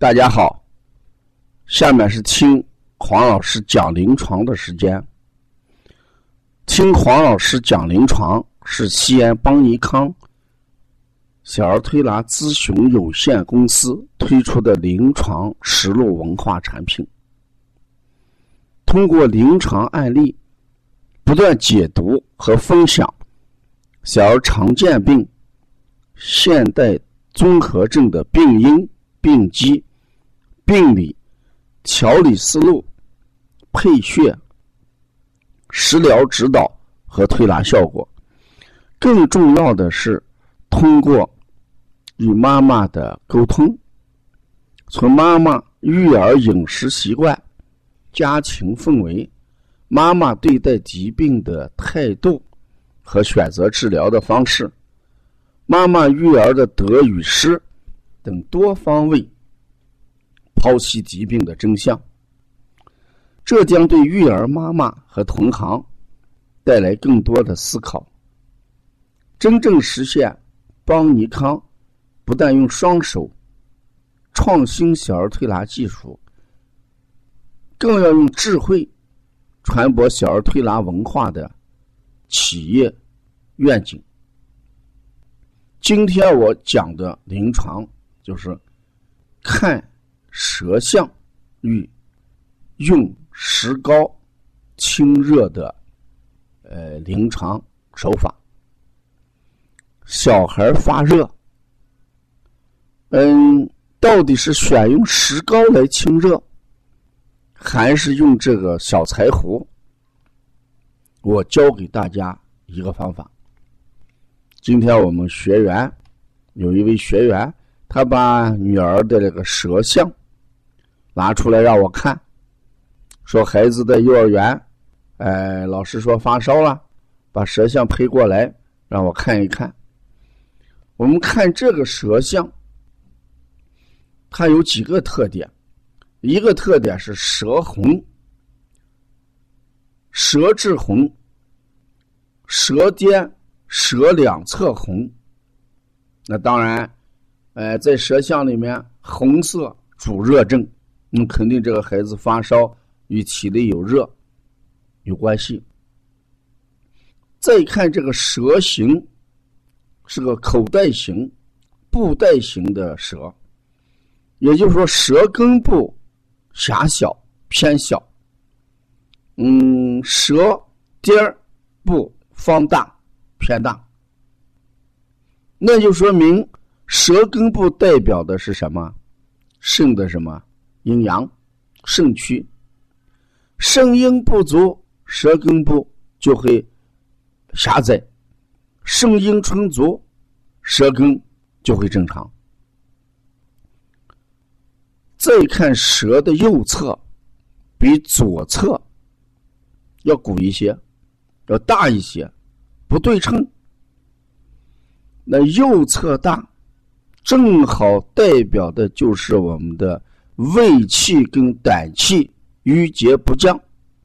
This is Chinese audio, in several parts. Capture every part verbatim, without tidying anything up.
大家好，下面是听黄老师讲临床的时间。听黄老师讲临床是西安邦尼康小儿推拿咨询有限公司推出的临床实录文化产品，通过临床案例不断解读和分享小儿常见病、现代综合症的病因、病机、病理、调理思路、配穴、食疗指导和推拿效果。更重要的是通过与妈妈的沟通，从妈妈育儿饮食习惯、家庭氛围、妈妈对待疾病的态度和选择治疗的方式、妈妈育儿的得与失等多方位剖析疾病的真相，这将对育儿妈妈和同行带来更多的思考，真正实现邦尼康不但用双手创新小儿推拿技术，更要用智慧传播小儿推拿文化的企业愿景。今天我讲的临床就是看舌象与用石膏清热的呃临床手法。小孩发热，嗯，到底是选用石膏来清热，还是用这个小柴胡？我教给大家一个方法。今天我们学员有一位学员，他把女儿的这个舌象拿出来让我看，说孩子的幼儿园，哎，老师说发烧了，把舌象配过来让我看一看。我们看这个舌象，它有几个特点。一个特点是舌红，舌质红，舌尖、舌两侧红。那当然，呃，在舌象里面，红色主热症，那肯定这个孩子发烧与体内有热有关系。再看这个舌形，是个口袋型、布袋型的舌，也就是说舌根部狭小偏小，嗯，舌尖部方大偏大，那就说明舌根部代表的是什么？肾的什么？阴阳，肾区。肾阴不足，舌根部就会狭窄，肾阴充足，舌根就会正常。再看舌的右侧比左侧要鼓一些，要大一些，不对称。那右侧大正好代表的就是我们的胃气跟胆气郁结不降。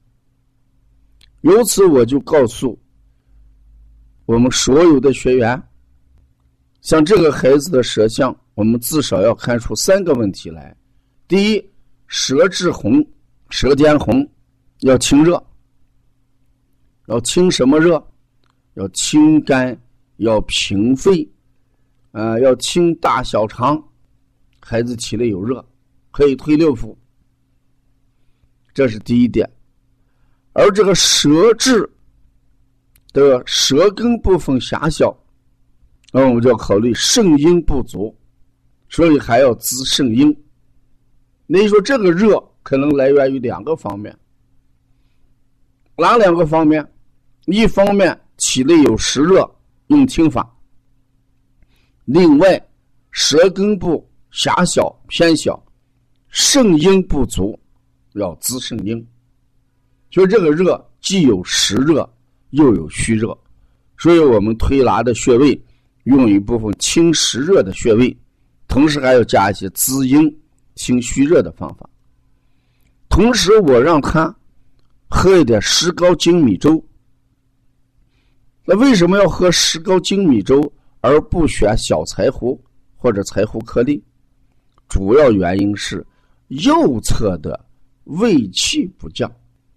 由此我就告诉我们所有的学员，像这个孩子的舌象，我们至少要看出三个问题来。第一，舌质红，舌尖红，要清热。要清什么热？要清肝，要平肺，呃，要清大小肠。孩子体内有热，可以推六腑，这是第一点。而这个舌质的舌根部分狭小，那我们就要考虑肾阴不足，所以还要滋肾阴。那你说这个热可能来源于两个方面，哪两个方面？一方面体内有实热，用清法；另外舌根部狭小偏小，肾阴不足，要滋肾阴。所以这个热既有实热又有虚热，所以我们推拿的穴位用一部分清实热的穴位，同时还要加一些滋阴清虚热的方法。同时我让他喝一点石膏精米粥。那为什么要喝石膏精米粥而不选小柴胡或者柴胡颗粒？ 主要原因是右侧的胃气不降。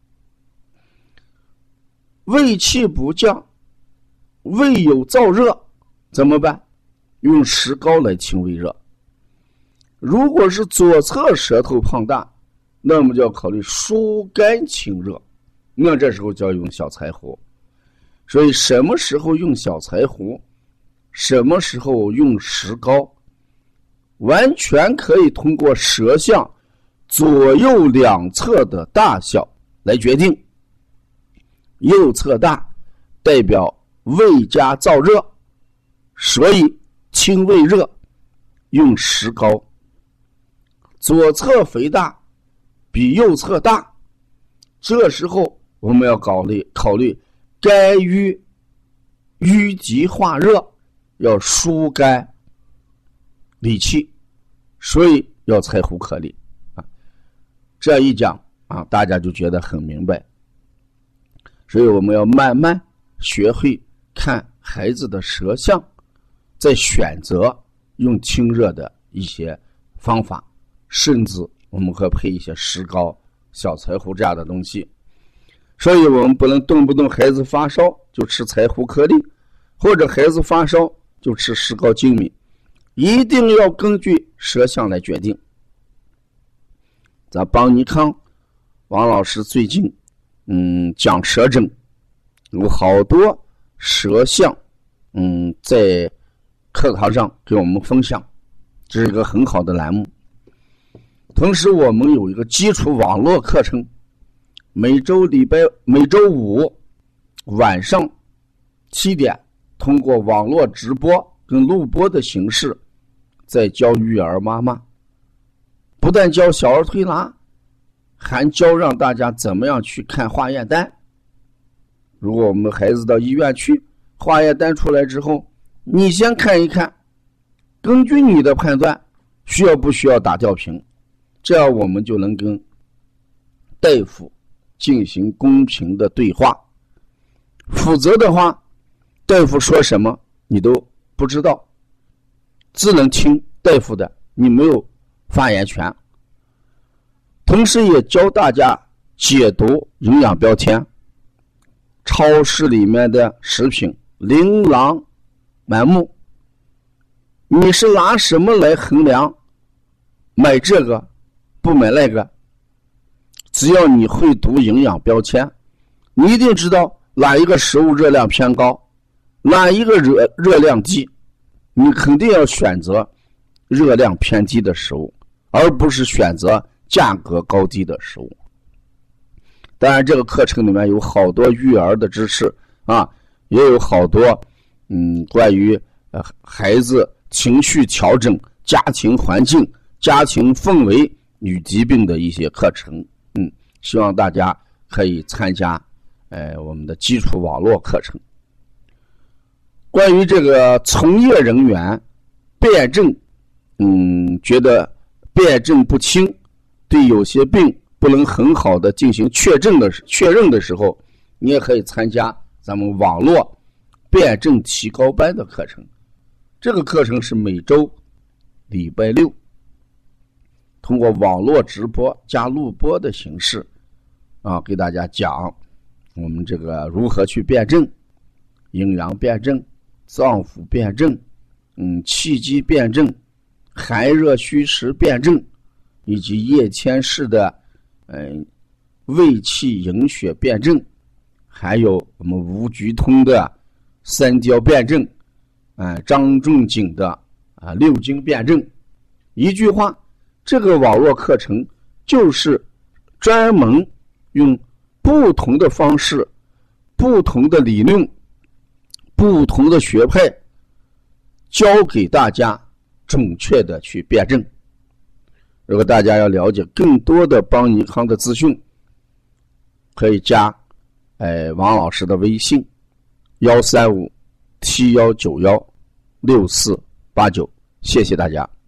胃气不降，胃有燥热，怎么办？用石膏来清胃热。如果是左侧舌头胖大，那么就要考虑疏肝清热，那这时候就要用小柴胡。所以什么时候用小柴胡，什么时候用石膏，完全可以通过舌象左右两侧的大小来决定。右侧大代表胃加燥热，所以清胃热用石膏。左侧肥大比右侧大，这时候我们要考虑考虑肝郁淤积化热，要疏肝理气，所以要柴胡颗粒啊。这一讲啊，大家就觉得很明白。所以我们要慢慢学会看孩子的舌象，再选择用清热的一些方法，甚至我们会配一些石膏、小柴胡这样的东西。所以我们不能动不动孩子发烧就吃柴胡颗粒，或者孩子发烧就吃石膏粳米，一定要根据舌象来决定。咱邦尼康王老师最近嗯讲舌诊，有好多舌象嗯在课堂上给我们分享，这是一个很好的栏目。同时我们有一个基础网络课程，每周礼拜每周五晚上七点，通过网络直播跟录播的形式，在教育儿妈妈，不但教小儿推拿，还教让大家怎么样去看化验单。如果我们孩子到医院去，化验单出来之后，你先看一看，根据你的判断需要不需要打吊瓶，这样我们就能跟大夫进行公平的对话。否则的话，大夫说什么你都不知道，只能听大夫的，你没有发言权。同时也教大家解读营养标签，超市里面的食品琳琅满目，你是拿什么来衡量买这个不买那个？只要你会读营养标签，你一定知道哪一个食物热量偏高，哪一个热热量低，你肯定要选择热量偏低的食物，而不是选择价格高低的食物。当然这个课程里面有好多育儿的知识啊，也有好多嗯关于呃孩子情绪调整、家庭环境、家庭氛围与疾病的一些课程。嗯，希望大家可以参加呃我们的基础网络课程。关于这个从业人员辩证嗯觉得辩证不清，对有些病不能很好的进行确证的确认的时候，你也可以参加咱们网络辩证提高班的课程。这个课程是每周礼拜六通过网络直播加录播的形式啊，给大家讲我们这个如何去辩证，阴阳辩证、脏腑辩证、嗯气机辩证、寒热虚实辩证，以及叶谦氏的嗯胃气营血辩证，还有我们吴菊通的三焦辩证，啊、呃、张仲景的啊六经辩证。一句话，这个网络课程就是专门用不同的方式、不同的理论、不同的学派，教给大家准确的去辩证。如果大家要了解更多的邦尼康的资讯，可以加哎王老师的微信幺三五七幺九幺六四八九，谢谢大家。